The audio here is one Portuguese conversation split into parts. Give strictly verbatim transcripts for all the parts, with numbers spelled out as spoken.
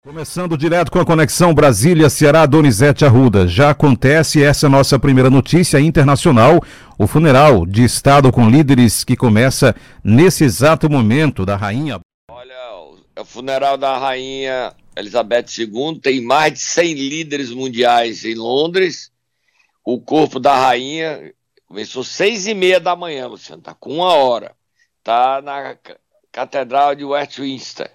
Começando direto com a conexão Brasília-Ceará, Donizete Arruda. Já acontece essa nossa primeira notícia internacional, o funeral de Estado com líderes que começa nesse exato momento da rainha. Olha, o funeral da rainha Elizabeth segunda tem mais de cem líderes mundiais em Londres. O corpo da rainha começou seis e meia da manhã, Luciano, tá com uma hora. Tá na Catedral de Westminster.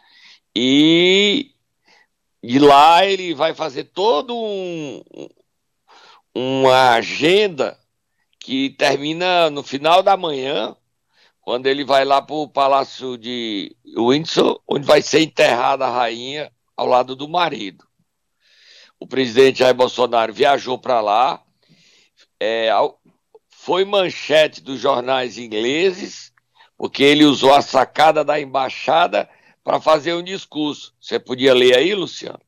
E, e lá ele vai fazer todo um, uma agenda que termina no final da manhã, quando ele vai lá para o Palácio de Windsor, onde vai ser enterrada a rainha ao lado do marido. O presidente Jair Bolsonaro viajou para lá, é, foi manchete dos jornais ingleses, porque ele usou a sacada da embaixada para fazer um discurso. Você podia ler aí, Luciano?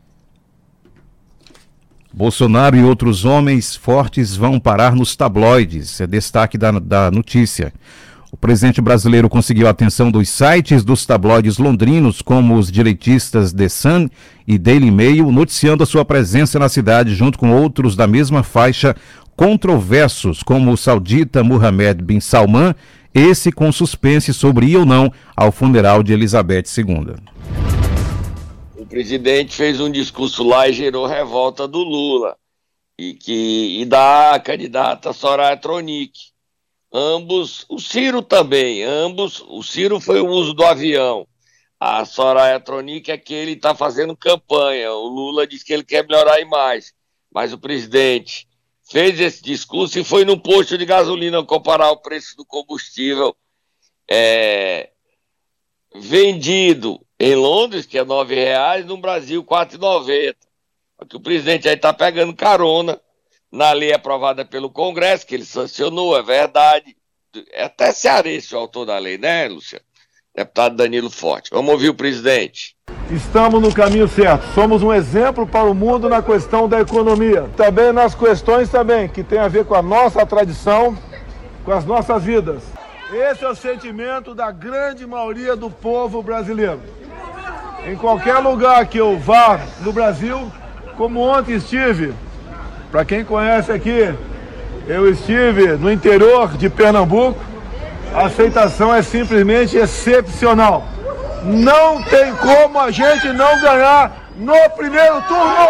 Bolsonaro e outros homens fortes vão parar nos tabloides, é destaque da, da notícia. O presidente brasileiro conseguiu a atenção dos sites dos tabloides londrinos, como os direitistas The Sun e Daily Mail, noticiando a sua presença na cidade, junto com outros da mesma faixa controversos, como o saudita Mohammed bin Salman, esse com suspense sobre ir ou não ao funeral de Elizabeth segunda. O presidente fez um discurso lá e gerou revolta do Lula e, que, e da candidata Soraya Tronic. Ambos, o Ciro também, ambos, o Ciro foi o uso do avião. A Soraya Tronic é que ele está fazendo campanha. O Lula diz que ele quer melhorar a imagem, mas o presidente fez esse discurso e foi num posto de gasolina comparar o preço do combustível é, vendido em Londres, que é nove reais, no Brasil quatro reais e noventa centavos. Porque o presidente aí está pegando carona na lei aprovada pelo Congresso, que ele sancionou, é verdade. É até cearense o autor da lei, né, Luciano? Deputado Danilo Forte. Vamos ouvir o presidente. Estamos no caminho certo. Somos um exemplo para o mundo na questão da economia. Também nas questões também que tem a ver com a nossa tradição, com as nossas vidas. Esse é o sentimento da grande maioria do povo brasileiro. Em qualquer lugar que eu vá no Brasil, como ontem estive, para quem conhece aqui, eu estive no interior de Pernambuco, a aceitação é simplesmente excepcional. Não tem como a gente não ganhar no primeiro turno.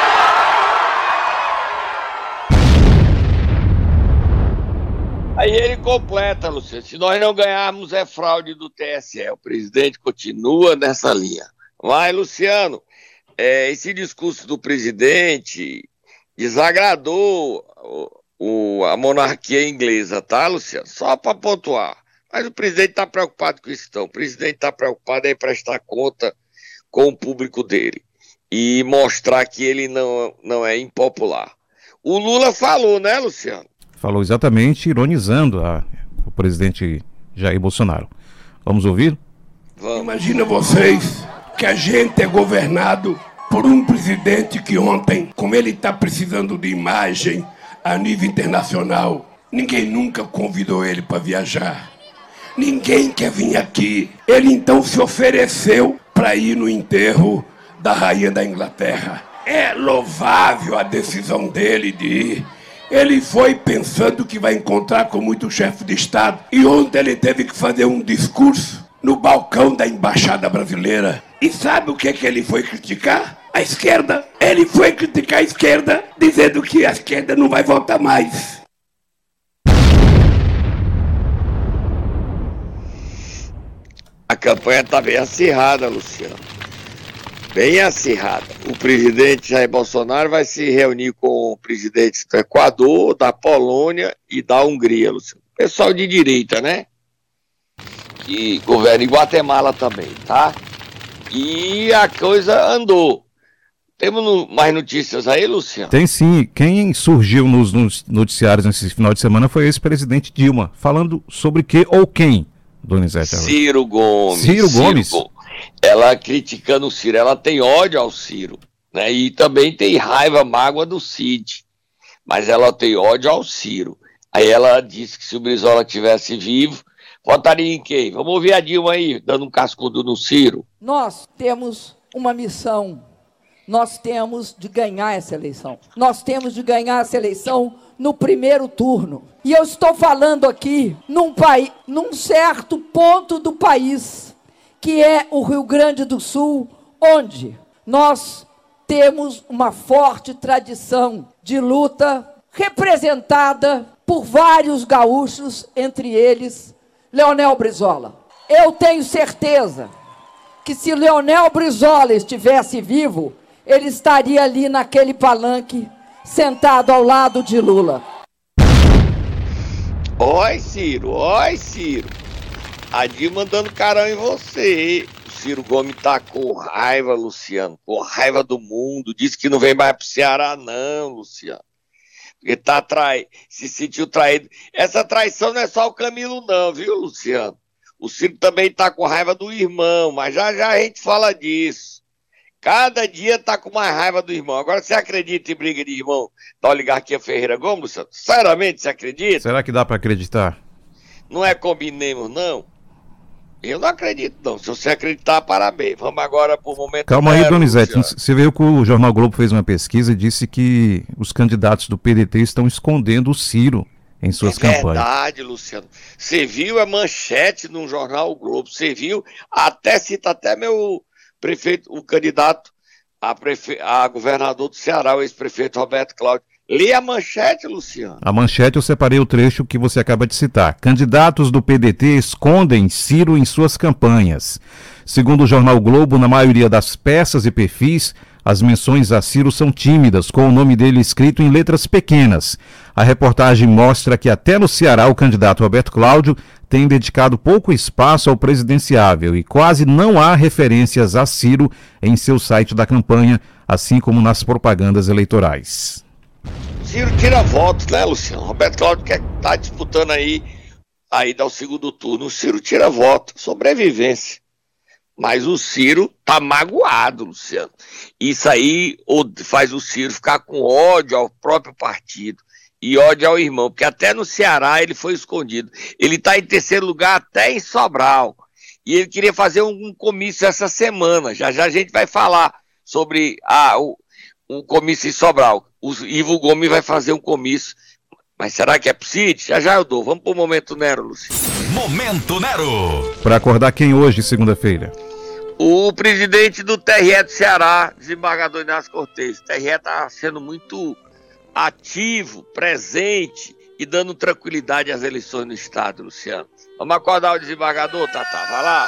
Aí ele completa, Luciano, se nós não ganharmos é fraude do T S E. O presidente continua nessa linha. Mas, Luciano, é, esse discurso do presidente desagradou o, o, a monarquia inglesa, tá, Luciano? Só para pontuar. Mas o presidente está preocupado com isso, então. O presidente está preocupado em prestar conta com o público dele e mostrar que ele não, não é impopular. O Lula falou, né, Luciano? Falou exatamente, ironizando a, o presidente Jair Bolsonaro. Vamos ouvir? Vamos. Imagina vocês que a gente é governado por um presidente que ontem, como ele está precisando de imagem a nível internacional, ninguém nunca convidou ele para viajar. Ninguém quer vir aqui. Ele então se ofereceu para ir no enterro da rainha da Inglaterra. É louvável a decisão dele de ir. Ele foi pensando que vai encontrar com muito chefe de Estado. E ontem ele teve que fazer um discurso no balcão da Embaixada Brasileira. E sabe o que, que ele foi criticar? A esquerda. Ele foi criticar a esquerda, dizendo que a esquerda não vai voltar mais. A campanha está bem acirrada, Luciano. Bem acirrada. O presidente Jair Bolsonaro vai se reunir com o presidente do Equador, da Polônia e da Hungria, Luciano. Pessoal de direita, né? Que governa em Guatemala também, tá? E a coisa andou. Temos mais notícias aí, Luciano? Tem sim. Quem surgiu nos, nos noticiários nesse final de semana foi esse presidente Dilma. Falando sobre que ou quem? Donizete. Ciro Gomes. Ciro Gomes? Ciro, ela criticando o Ciro, ela tem ódio ao Ciro, né? E também tem raiva, mágoa do Cid, mas ela tem ódio ao Ciro. Aí ela disse que se o Brizola tivesse vivo, votaria em quem? Vamos ouvir a Dilma aí, dando um cascudo no Ciro. Nós temos uma missão. Nós temos de ganhar essa eleição. Nós temos de ganhar essa eleição no primeiro turno. E eu estou falando aqui num, país, num certo ponto do país, que é o Rio Grande do Sul, onde nós temos uma forte tradição de luta representada por vários gaúchos, entre eles Leonel Brizola. Eu tenho certeza que se Leonel Brizola estivesse vivo, ele estaria ali naquele palanque, sentado ao lado de Lula. Oi, Ciro, oi, Ciro. A Dilma dando carão em você. O Ciro Gomes tá com raiva, Luciano, com raiva do mundo. Disse que não vem mais pro Ceará, não, Luciano. Porque tá trai... se sentiu traído. Essa traição não é só o Camilo, não, viu, Luciano? O Ciro também tá com raiva do irmão, mas já já a gente fala disso. Cada dia tá com mais raiva do irmão. Agora, você acredita em briga de irmão da oligarquia Ferreira Gomes, Luciano? Sinceramente, você acredita? Será que dá para acreditar? Não é combinemos, não? Eu não acredito, não. Se você acreditar, parabéns. Vamos agora pro momento... Calma aí, Donizete. Você viu que o Jornal Globo fez uma pesquisa e disse que os candidatos do P D T estão escondendo o Ciro em suas é campanhas. É verdade, Luciano. Você viu a manchete no Jornal o Globo. Você viu, até cita até meu prefeito, o candidato a, prefe... a governador do Ceará, o ex-prefeito Roberto Cláudio. Lê a manchete, Luciano. A manchete eu separei o trecho que você acaba de citar. Candidatos do P D T escondem Ciro em suas campanhas. Segundo o Jornal Globo, na maioria das peças e perfis, as menções a Ciro são tímidas, com o nome dele escrito em letras pequenas. A reportagem mostra que até no Ceará o candidato Roberto Cláudio tem dedicado pouco espaço ao presidenciável e quase não há referências a Ciro em seu site da campanha, assim como nas propagandas eleitorais. Ciro tira votos, né, Luciano? Roberto Cláudio quer tá disputando aí, aí dá o segundo turno. O Ciro tira voto, sobrevivência. Mas o Ciro tá magoado, Luciano. Isso aí faz o Ciro ficar com ódio ao próprio partido e ódio ao irmão, porque até no Ceará ele foi escondido. Ele tá em terceiro lugar até em Sobral. E ele queria fazer um comício essa semana. Já já a gente vai falar sobre a, o, um comício em Sobral. O Ivo Gomes vai fazer um comício. Mas será que é possível? Já já eu dou. Vamos pro Momento Nero, Luciano. Momento Nero. Para acordar quem hoje, segunda-feira? O presidente do T R E do Ceará, desembargador Inácio Cortez. O T R E está sendo muito ativo, presente e dando tranquilidade às eleições no estado, Luciano. Vamos acordar o desembargador, Tatá? Vai lá.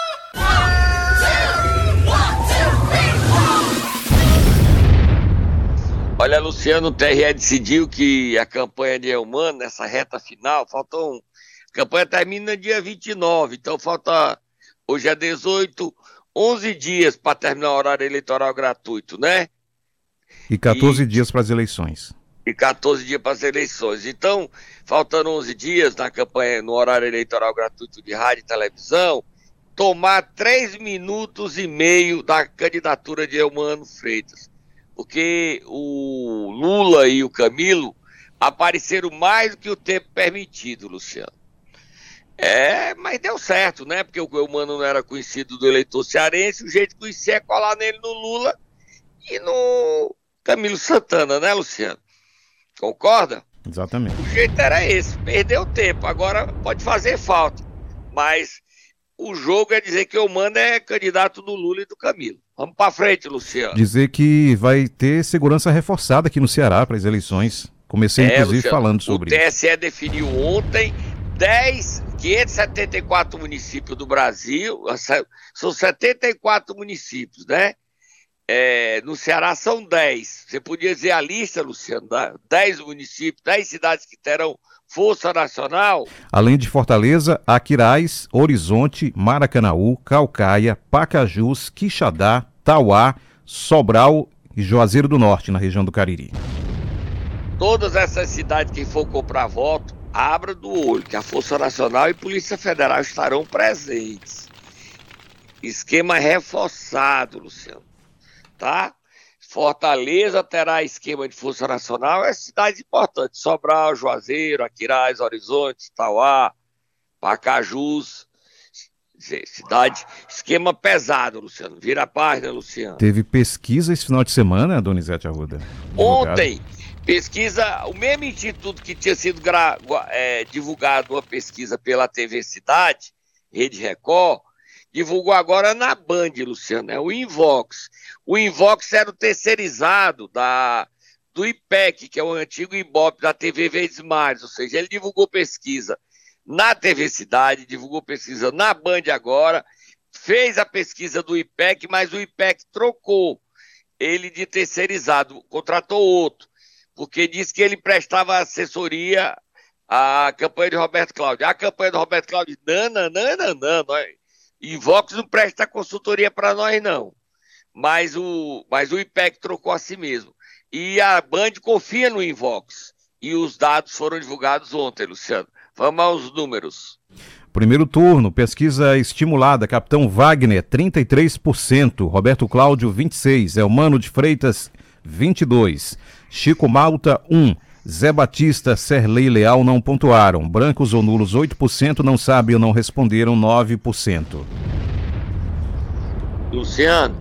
Olha, Luciano, o T R E decidiu que a campanha de Eumano, nessa reta final, faltam... A campanha termina dia vinte e nove, então falta... Hoje é dezoito, onze dias para terminar o horário eleitoral gratuito, né? E quatorze e... dias para as eleições. E quatorze dias para as eleições. Então, faltando onze dias na campanha, no horário eleitoral gratuito de rádio e televisão, tomar três minutos e meio da candidatura de Eumano Freitas. Porque o Lula e o Camilo apareceram mais do que o tempo permitido, Luciano. É, mas deu certo, né? Porque o Eumano não era conhecido do eleitor cearense, o jeito que conhecia é colar nele no Lula e no Camilo Santana, né, Luciano? Concorda? Exatamente. O jeito era esse, perdeu tempo, agora pode fazer falta, mas o jogo é dizer que o Eumano é candidato do Lula e do Camilo. Vamos pra frente, Luciano. Dizer que vai ter segurança reforçada aqui no Ceará para as eleições. Comecei, é, inclusive, Luciano, falando sobre isso. O T S E definiu ontem dez, quinhentos e setenta e quatro municípios do Brasil, são setenta e quatro municípios, né? É, no Ceará são dez. Você podia dizer a lista, Luciano, dez municípios, dez cidades que terão Força Nacional. Além de Fortaleza, Aquiraz, Horizonte, Maracanaú, Caucaia, Pacajus, Quixadá, Tauá, Sobral e Juazeiro do Norte, na região do Cariri. Todas essas cidades, quem for comprar voto, abra do olho, que a Força Nacional e Polícia Federal estarão presentes. Esquema reforçado, Luciano. Tá? Fortaleza terá esquema de Força Nacional, é cidades importantes, Sobral, Juazeiro, Aquiraz, Horizonte, Tauá, Pacajus, dizer, cidade, esquema pesado, Luciano. Vira a página, Luciano. Teve pesquisa esse final de semana, Donizete Arruda? Ontem, pesquisa, o mesmo instituto que tinha sido gra, é, divulgado uma pesquisa pela T V Cidade, Rede Record, divulgou agora na Band, Luciano, é o Invox. O Invox era o terceirizado da, do I P E C, que é o antigo Ibope da T V Verdes Mares, ou seja, ele divulgou pesquisa na T V Cidade, divulgou pesquisa na Band agora, fez a pesquisa do I P E C, mas o I P E C trocou ele de terceirizado, contratou outro, porque disse que ele prestava assessoria à campanha de Roberto Cláudio. A campanha do Roberto Cláudio, não, não, não, não, não, nós, Invox não presta consultoria para nós, não. Mas o, mas o I P E C trocou a si mesmo. E a Band confia no Invox. E os dados foram divulgados ontem, Luciano. Vamos aos números. Primeiro turno, pesquisa estimulada, Capitão Wagner, trinta e três por cento, Roberto Cláudio, vinte e seis por cento, Elmano de Freitas, vinte e dois por cento, Chico Malta, um por cento, Zé Batista, Serlei Leal não pontuaram, brancos ou nulos, oito por cento, não sabem ou não responderam, nove por cento. Luciano,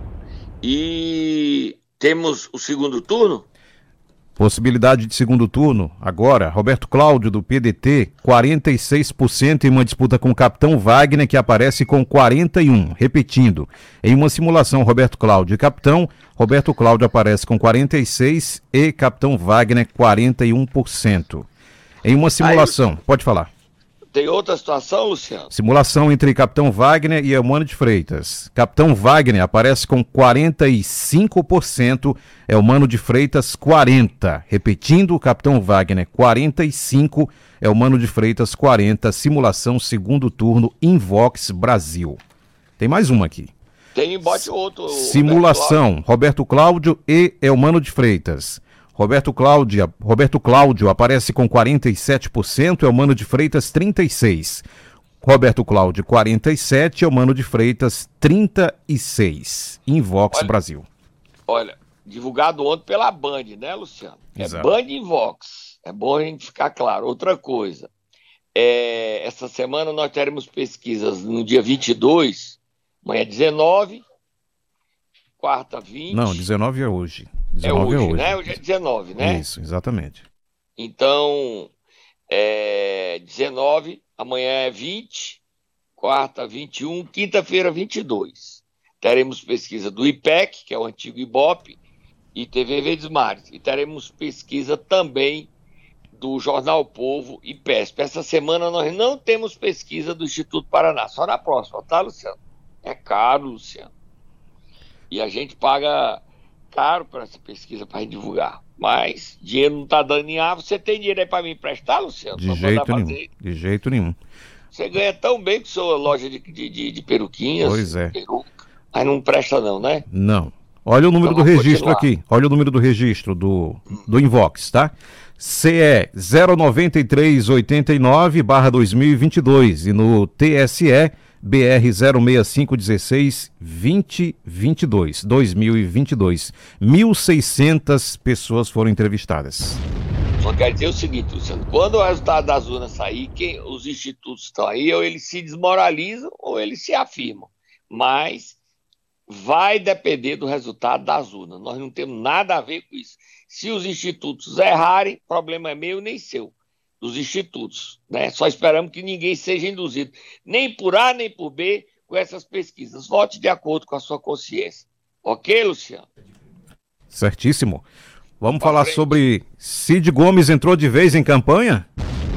e temos o segundo turno? Possibilidade de segundo turno, agora, Roberto Cláudio do P D T, quarenta e seis por cento em uma disputa com o Capitão Wagner, que aparece com quarenta e um por cento. Repetindo, em uma simulação Roberto Cláudio e Capitão, Roberto Cláudio aparece com quarenta e seis por cento e Capitão Wagner quarenta e um por cento. Em uma simulação, Aí, pode falar. Tem outra situação, Luciano? Simulação entre Capitão Wagner e Elmano de Freitas. Capitão Wagner aparece com quarenta e cinco por cento, Elmano de Freitas quarenta por cento. Repetindo, Capitão Wagner quarenta e cinco por cento, Elmano de Freitas quarenta por cento. Simulação segundo turno Invox Brasil. Tem mais uma aqui. Tem, bote outro. Simulação Roberto Cláudio e Elmano de Freitas. Roberto Cláudio, Roberto Cláudio aparece com quarenta e sete por cento, Elmano de Freitas trinta e seis por cento. Roberto Cláudio quarenta e sete por cento, Elmano de Freitas trinta e seis por cento. Invox olha, Brasil. Olha, divulgado ontem pela Band, né, Luciano? Exato. É Band Invox. É bom a gente ficar claro. Outra coisa, é, essa semana nós teremos pesquisas no dia vinte e dois, amanhã é dezenove, quarta vinte. Não, dezenove é hoje. É hoje, é hoje, né? Hoje é dezenove, né? Isso, exatamente. Então, é dezenove, amanhã é vinte, quarta vinte e um, quinta-feira vinte e dois. Teremos pesquisa do I P E C, que é o antigo Ibope, e T V Verdes Mares. E teremos pesquisa também do Jornal Povo e P E S P. Essa semana nós não temos pesquisa do Instituto Paraná, só na próxima, tá, Luciano? É caro, Luciano. E a gente paga caro para essa pesquisa para divulgar, mas dinheiro não está dando em ar. Você tem dinheiro aí para me emprestar, Luciano? De jeito nenhum, de jeito nenhum. Você ganha tão bem com sua loja de, de, de, de peruquinhas. Pois é. Peruca. Aí não presta não, né? Não. Olha o número então, do registro continuar. Aqui, olha o número do registro do, do Invox, tá? C E zero nove três oito nove barra dois mil e vinte e dois e no T S E B R zero seis cinco um seis dois zero dois dois, dois mil e vinte e dois. mil e seiscentas pessoas foram entrevistadas. Só quer dizer o seguinte, Luciano, quando o resultado das urnas sair, quem, os institutos estão aí, ou eles se desmoralizam ou eles se afirmam. Mas vai depender do resultado das urnas. Nós não temos nada a ver com isso. Se os institutos errarem, problema é meu nem seu. Dos institutos, né? Só esperamos que ninguém seja induzido, nem por A, nem por B, com essas pesquisas. Vote de acordo com a sua consciência. Ok, Luciano? Certíssimo. Vamos pra falar frente. Sobre Cid Gomes entrou de vez em campanha?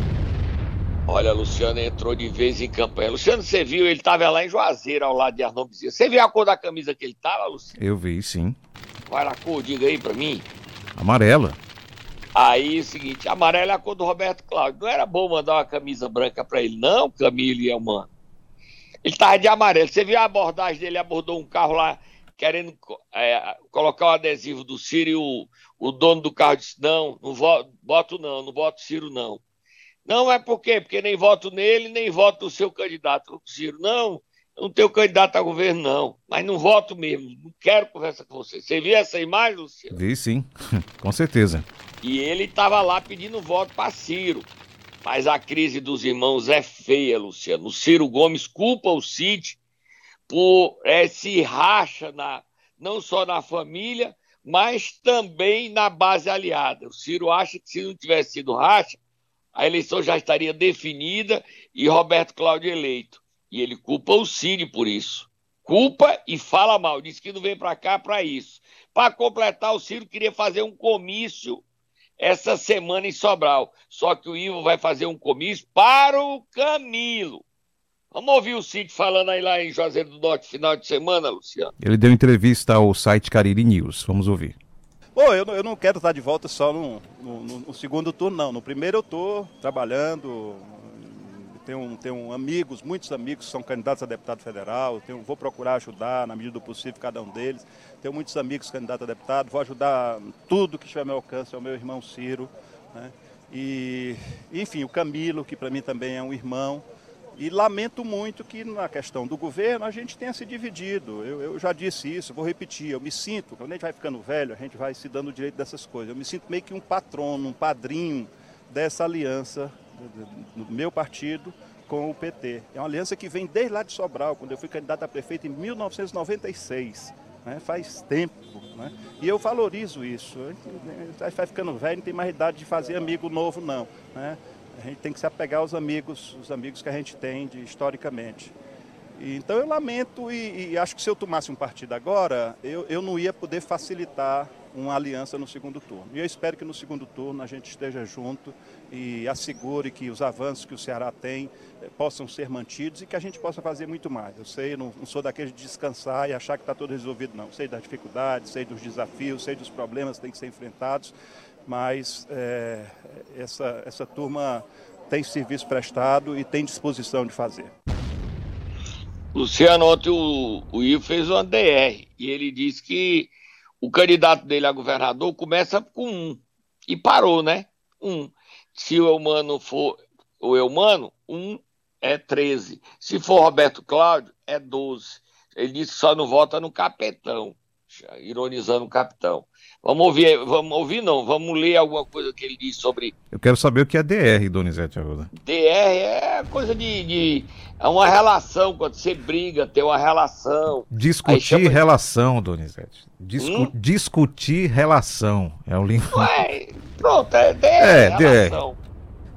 Olha, Luciano entrou de vez em campanha. Luciano, você viu, ele estava lá em Juazeiro, ao lado de Arnon Bezerra. Você viu a cor da camisa que ele estava, Luciano? Eu vi, sim. Qual era a cor? Diga aí pra mim. Amarela. Aí, é o seguinte, amarelo é a cor do Roberto Cláudio. Não era bom mandar uma camisa branca pra ele, não, Camilo e Elmano. Ele tava de amarelo. Você viu a abordagem dele? Ele abordou um carro lá, querendo é, colocar o adesivo do Ciro, e o, o dono do carro disse, não, não voto, voto não, não voto Ciro, não. Não é por quê? Porque nem voto nele, nem voto no seu candidato, o Ciro. Não, eu não tenho candidato a governo, não. Mas não voto mesmo, não quero conversar com você. Você viu essa imagem, Luciano? Vi, sim, com certeza. E ele estava lá pedindo voto para Ciro. Mas a crise dos irmãos é feia, Luciano. O Ciro Gomes culpa o Cid por esse racha, na, não só na família, mas também na base aliada. O Ciro acha que se não tivesse sido racha, a eleição já estaria definida e Roberto Cláudio eleito. E ele culpa o Cid por isso. Culpa e fala mal. Diz que não veio para cá para isso. Para completar, o Ciro queria fazer um comício essa semana em Sobral. Só que o Ivo vai fazer um comício para o Camilo. Vamos ouvir o Cid falando aí lá em Juazeiro do Norte, final de semana, Luciano? Ele deu entrevista ao site Cariri News. Vamos ouvir. Pô, eu, eu não quero estar de volta só no, no, no segundo turno, não. No primeiro eu estou trabalhando, tenho, tenho amigos, muitos amigos que são candidatos a deputado federal, tenho, vou procurar ajudar na medida do possível cada um deles. Tenho muitos amigos candidatos a deputado, vou ajudar tudo que estiver ao meu alcance, ao meu irmão Ciro, né? E, enfim, o Camilo, que para mim também é um irmão. E lamento muito que na questão do governo a gente tenha se dividido. Eu, eu já disse isso, vou repetir, eu me sinto, quando a gente vai ficando velho, a gente vai se dando o direito dessas coisas. Eu me sinto meio que um patrono, um padrinho dessa aliança do meu partido com o P T. É uma aliança que vem desde lá de Sobral, quando eu fui candidato a prefeito em mil novecentos e noventa e seis. Né? Faz tempo, né? E eu valorizo isso. A gente vai ficando velho, não tem mais idade de fazer amigo novo, não, né? A gente tem que se apegar aos amigos, os amigos que a gente tem de, historicamente. E, então eu lamento e, e acho que se eu tomasse um partido agora, eu, eu não ia poder facilitar uma aliança no segundo turno. E eu espero que no segundo turno a gente esteja junto e assegure que os avanços que o Ceará tem eh, possam ser mantidos e que a gente possa fazer muito mais. Eu sei, não, não sou daquele de descansar e achar que está tudo resolvido, não. Sei das dificuldades, sei dos desafios, sei dos problemas que têm que ser enfrentados, mas é, essa, essa turma tem serviço prestado e tem disposição de fazer. Luciano, ontem o, o Ivo fez uma D R e ele disse que o candidato dele a governador começa com um e parou, né? Um. Se o Eumano for o Eumano, um é treze. Se for Roberto Cláudio, é doze. Ele disse que só não vota no capitão, ironizando o capitão. Vamos ouvir, vamos ouvir não, vamos ler alguma coisa que ele disse sobre... Eu quero saber o que é D R, Donizete Arruda. D R é coisa de, de... é uma relação, quando você briga, tem uma relação. Discutir chama... relação, Donizete. Discu... Hum? Discutir relação. É o link. Ué, pronto, é D R, é, relação. D R.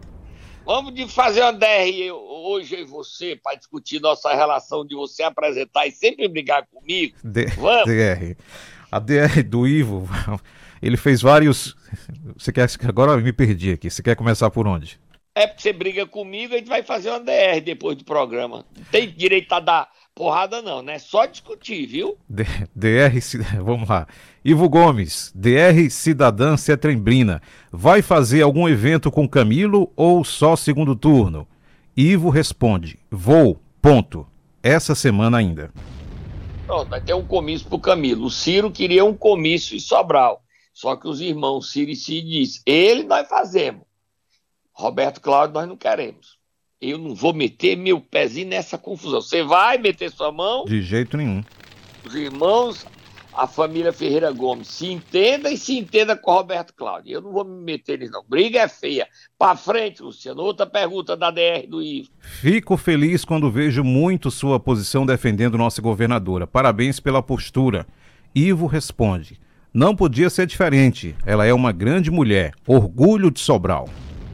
Vamos de fazer uma D R hoje eu e você, para discutir nossa relação, de você apresentar e sempre brigar comigo. D... Vamos? D R. A D R do Ivo, ele fez vários... Você quer... Agora eu me perdi aqui. Você quer começar por onde? É porque você briga comigo, a gente vai fazer uma D R depois do programa. Não tem direito a dar porrada não, né? Só discutir, viu? D... DR... Vamos lá. Ivo Gomes, D R Cidadã Setrembrina. Vai fazer algum evento com Camilo ou só segundo turno? Ivo responde, vou, ponto. Essa semana ainda. Pronto, vai ter um comício pro Camilo. O Ciro queria um comício em Sobral. Só que os irmãos Ciro e Cid dizem, ele nós fazemos. Roberto Cláudio nós não queremos. Eu não vou meter meu pezinho nessa confusão. Você vai meter sua mão? De jeito nenhum. Os irmãos, a família Ferreira Gomes, se entenda e se entenda com o Roberto Cláudio. Eu não vou me meter nisso não. Briga é feia. Pra frente, Luciano. Outra pergunta da D R do Ivo. Fico feliz quando vejo muito sua posição defendendo nossa governadora. Parabéns pela postura. Ivo responde, não podia ser diferente. Ela é uma grande mulher. Orgulho de Sobral.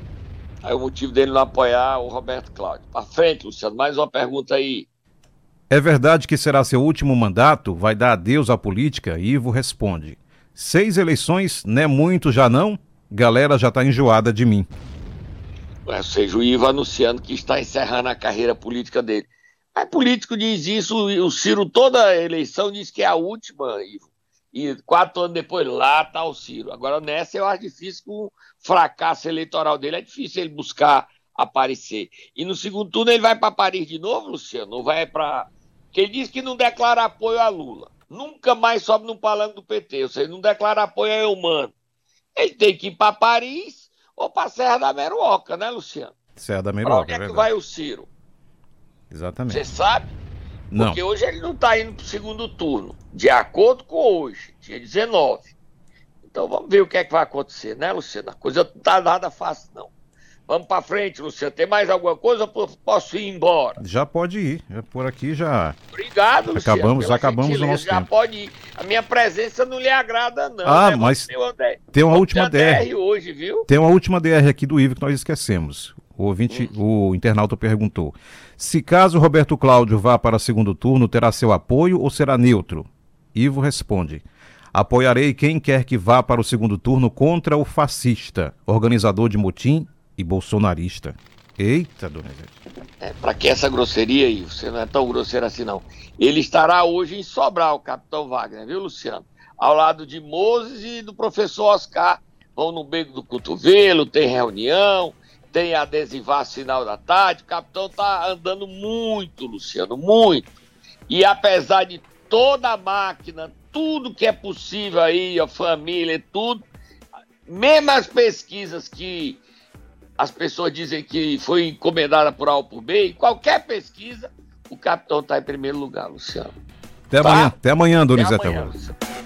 Aí o motivo dele não apoiar o Roberto Cláudio. Pra frente, Luciano. Mais uma pergunta aí. É verdade que será seu último mandato? Vai dar adeus à política? Ivo responde, seis eleições não é muito já não? Galera já tá enjoada de mim. Ou seja, o Ivo anunciando que está encerrando a carreira política dele. Mas político diz isso, o Ciro toda a eleição diz que é a última, Ivo. E quatro anos depois, lá tá o Ciro. Agora nessa eu acho difícil, com o fracasso eleitoral dele, é difícil ele buscar aparecer. E no segundo turno ele vai para Paris de novo, Luciano? Ou vai para... Porque ele disse que não declara apoio a Lula. Nunca mais sobe no palanque do P T. Ou seja, não declara apoio a Eumano. Ele tem que ir para Paris ou para Serra da Meruoca, né, Luciano? Serra da Meruoca, pra onde é, é que vai o Ciro? Exatamente. Você sabe? Não. Porque hoje ele não está indo para o segundo turno. De acordo com hoje, dia dezenove. Então vamos ver o que é que vai acontecer, né, Luciano? A coisa não está nada fácil, não. Vamos para frente, Luciano. Tem mais alguma coisa ou posso ir embora? Já pode ir. Por aqui já. Obrigado, Luciano. Acabamos, acabamos o nosso já tempo. pode ir. A minha presença não lhe agrada, não. Ah, né? mas tem uma, tem uma última D R. D R hoje, viu? Tem uma última D R aqui do Ivo que nós esquecemos. O ouvinte, hum. o internauta perguntou: se caso Roberto Cláudio vá para o segundo turno, terá seu apoio ou será neutro? Ivo responde: apoiarei quem quer que vá para o segundo turno contra o fascista, organizador de motim e bolsonarista. Eita, dona Ivete. É, pra que essa grosseria aí? Você não é tão grosseiro assim, não. Ele estará hoje em Sobral, o capitão Wagner, viu, Luciano? Ao lado de Moses e do professor Oscar. Vão no Beco do Cotovelo, tem reunião, tem adesivar sinal da tarde. O capitão tá andando muito, Luciano, muito. E apesar de toda a máquina, tudo que é possível aí, a família, tudo, mesmo as pesquisas que as pessoas dizem que foi encomendada por A ou por B, qualquer pesquisa, o capitão está em primeiro lugar, Luciano. Até tá? amanhã, até amanhã, Donizete. Até amanhã, Luciano.